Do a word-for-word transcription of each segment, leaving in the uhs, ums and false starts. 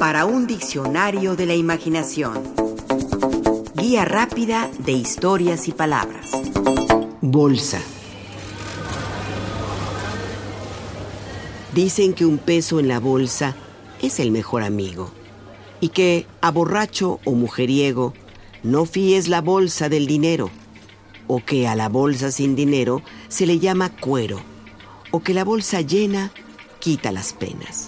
para un diccionario de la imaginación. Guía rápida de historias y palabras. Bolsa. Dicen que un peso en la bolsa es el mejor amigo y que a borracho o mujeriego no fíes la bolsa del dinero, o que a la bolsa sin dinero se le llama cuero, o que la bolsa llena quita las penas.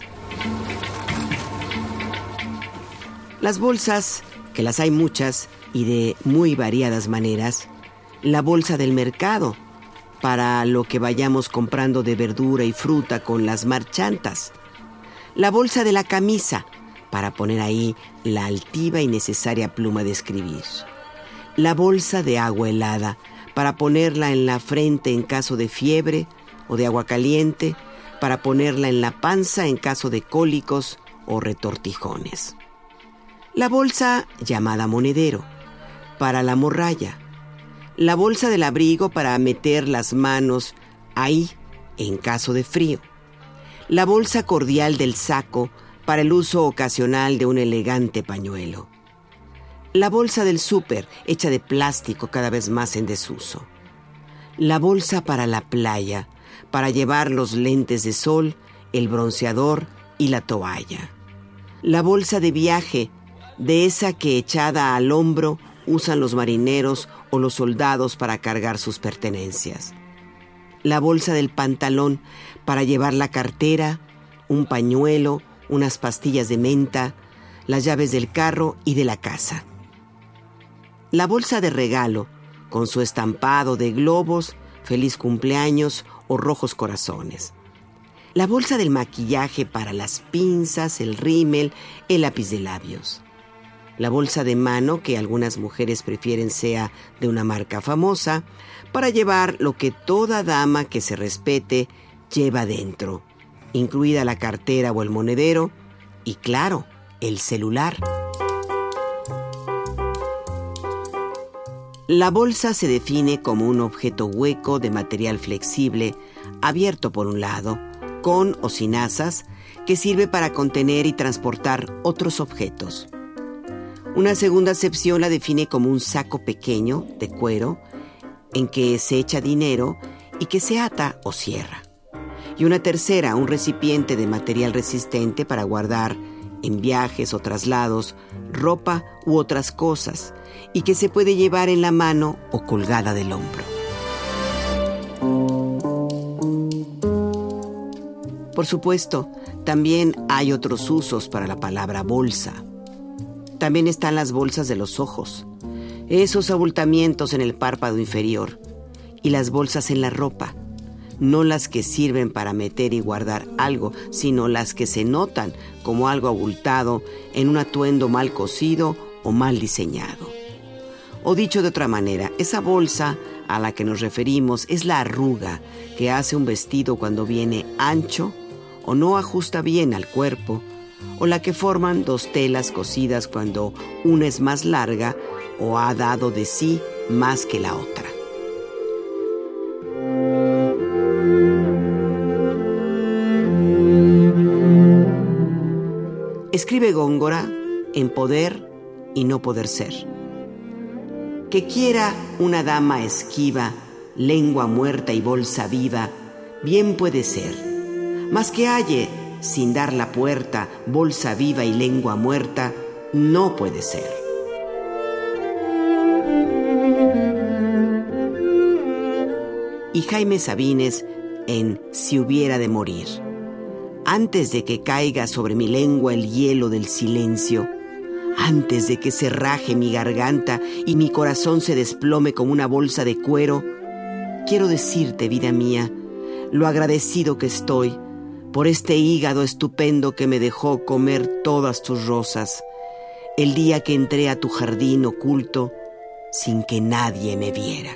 Las bolsas, que las hay muchas y de muy variadas maneras, la bolsa del mercado, para lo que vayamos comprando de verdura y fruta con las marchantas, la bolsa de la camisa, para poner ahí la altiva y necesaria pluma de escribir, la bolsa de agua helada, para ponerla en la frente en caso de fiebre, o de agua caliente, para ponerla en la panza en caso de cólicos o retortijones. La bolsa llamada monedero, para la morralla. La bolsa del abrigo para meter las manos ahí en caso de frío. La bolsa cordial del saco para el uso ocasional de un elegante pañuelo. La bolsa del súper, hecha de plástico cada vez más en desuso. La bolsa para la playa, para llevar los lentes de sol, el bronceador y la toalla. La bolsa de viaje, de esa que echada al hombro usan los marineros o los soldados para cargar sus pertenencias. La bolsa del pantalón para llevar la cartera, un pañuelo, unas pastillas de menta, las llaves del carro y de la casa. La bolsa de regalo, con su estampado de globos, feliz cumpleaños o rojos corazones. La bolsa del maquillaje para las pinzas, el rímel, el lápiz de labios. La bolsa de mano, que algunas mujeres prefieren sea de una marca famosa, para llevar lo que toda dama que se respete lleva dentro, incluida la cartera o el monedero, y claro, el celular. La bolsa se define como un objeto hueco de material flexible, abierto por un lado, con o sin asas, que sirve para contener y transportar otros objetos. Una segunda acepción la define como un saco pequeño de cuero en que se echa dinero y que se ata o cierra. Y una tercera, un recipiente de material resistente para guardar en viajes o traslados ropa u otras cosas y que se puede llevar en la mano o colgada del hombro. Por supuesto, también hay otros usos para la palabra bolsa. También están las bolsas de los ojos, esos abultamientos en el párpado inferior, y las bolsas en la ropa, no las que sirven para meter y guardar algo, sino las que se notan como algo abultado en un atuendo mal cosido o mal diseñado. O dicho de otra manera, esa bolsa a la que nos referimos es la arruga que hace un vestido cuando viene ancho o no ajusta bien al cuerpo, o la que forman dos telas cosidas cuando una es más larga o ha dado de sí más que la otra. Escribe Góngora en Poder y no poder ser. Que quiera una dama esquiva, lengua muerta y bolsa viva, bien puede ser, mas que halle sin dar la puerta, bolsa viva y lengua muerta, no puede ser. Y Jaime Sabines en Si hubiera de morir. Antes de que caiga sobre mi lengua el hielo del silencio, antes de que se raje mi garganta y mi corazón se desplome como una bolsa de cuero, quiero decirte, vida mía, lo agradecido que estoy por este hígado estupendo que me dejó comer todas tus rosas, el día que entré a tu jardín oculto sin que nadie me viera.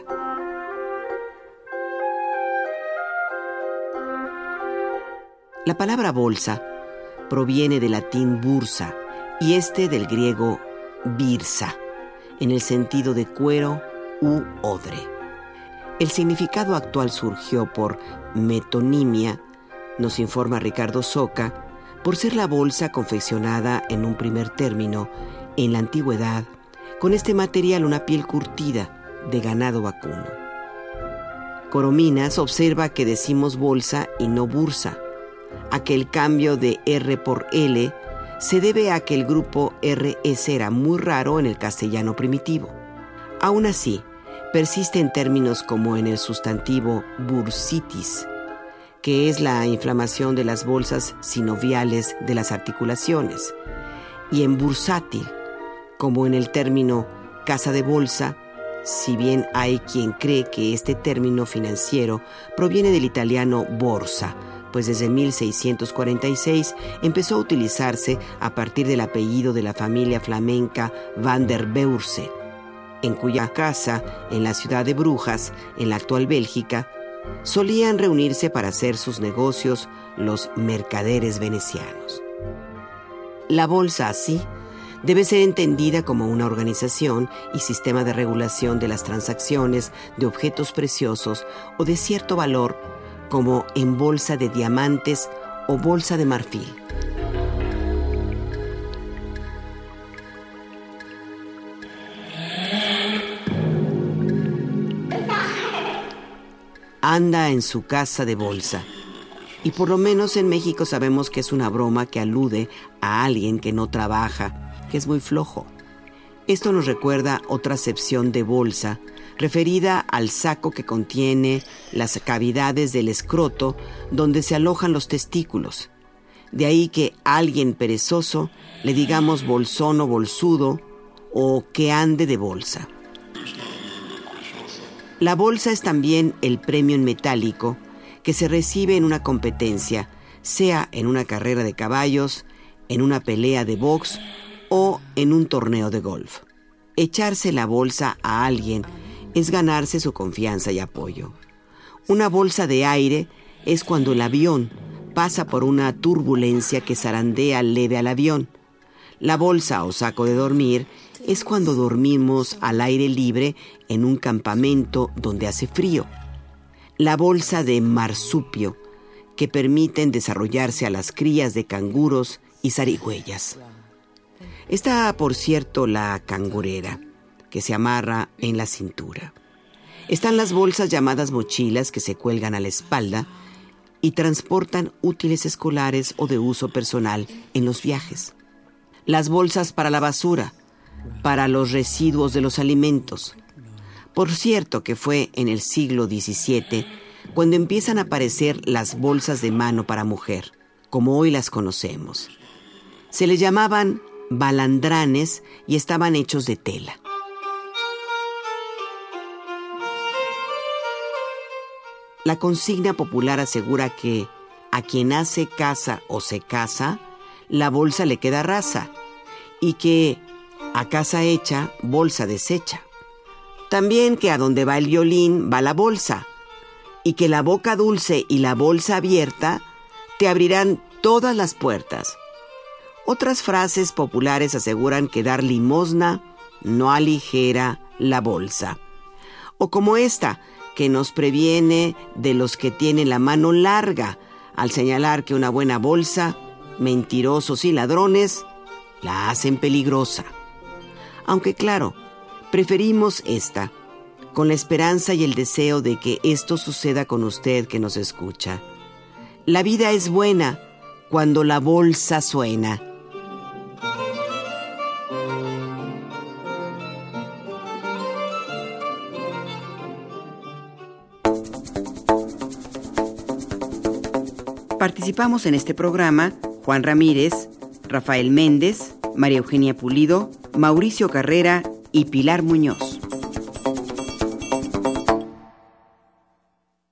La palabra bolsa proviene del latín bursa y este del griego birsa, en el sentido de cuero u odre. El significado actual surgió por metonimia, nos informa Ricardo Soca, por ser la bolsa confeccionada en un primer término, en la antigüedad, con este material una piel curtida de ganado vacuno. Corominas observa que decimos bolsa y no bursa, a que el cambio de R por L se debe a que el grupo R S era muy raro en el castellano primitivo. Aún así, persiste en términos como en el sustantivo bursitis, que es la inflamación de las bolsas sinoviales de las articulaciones, y en bursátil, como en el término casa de bolsa, si bien hay quien cree que este término financiero proviene del italiano borsa, pues desde mil seiscientos cuarenta y seis empezó a utilizarse a partir del apellido de la familia flamenca Van der Beurse, en cuya casa, en la ciudad de Brujas, en la actual Bélgica, solían reunirse para hacer sus negocios los mercaderes venecianos. La bolsa, así, debe ser entendida como una organización y sistema de regulación de las transacciones de objetos preciosos o de cierto valor, como en bolsa de diamantes o bolsa de marfil. Anda en su casa de bolsa. Y por lo menos en México sabemos que es una broma que alude a alguien que no trabaja, que es muy flojo. Esto nos recuerda otra acepción de bolsa, referida al saco que contiene las cavidades del escroto donde se alojan los testículos. De ahí que a alguien perezoso le digamos bolsón o bolsudo o que ande de bolsa. La bolsa es también el premio en metálico que se recibe en una competencia, sea en una carrera de caballos, en una pelea de box o en un torneo de golf. Echarse la bolsa a alguien es ganarse su confianza y apoyo. Una bolsa de aire es cuando el avión pasa por una turbulencia que zarandea leve al avión. La bolsa o saco de dormir es cuando dormimos al aire libre en un campamento donde hace frío. La bolsa de marsupio, que permiten desarrollarse a las crías de canguros y zarigüeyas. Está, por cierto, la cangurera, que se amarra en la cintura. Están las bolsas llamadas mochilas, que se cuelgan a la espalda y transportan útiles escolares o de uso personal en los viajes. Las bolsas para la basura, para los residuos de los alimentos. Por cierto que fue en el siglo diecisiete cuando empiezan a aparecer las bolsas de mano para mujer, como hoy las conocemos. Se les llamaban balandranes y estaban hechos de tela. La consigna popular asegura que a quien hace casa o se casa, la bolsa le queda rasa, y que a casa hecha, bolsa deshecha. También que a donde va el violín va la bolsa, y que la boca dulce y la bolsa abierta te abrirán todas las puertas. Otras frases populares aseguran que dar limosna no aligera la bolsa. O como esta, que nos previene de los que tienen la mano larga, al señalar que una buena bolsa, mentirosos y ladrones, la hacen peligrosa. Aunque claro, preferimos esta, con la esperanza y el deseo de que esto suceda con usted que nos escucha. La vida es buena cuando la bolsa suena. Participamos en este programa Juan Ramírez, Rafael Méndez, María Eugenia Pulido, Mauricio Carrera y Pilar Muñoz.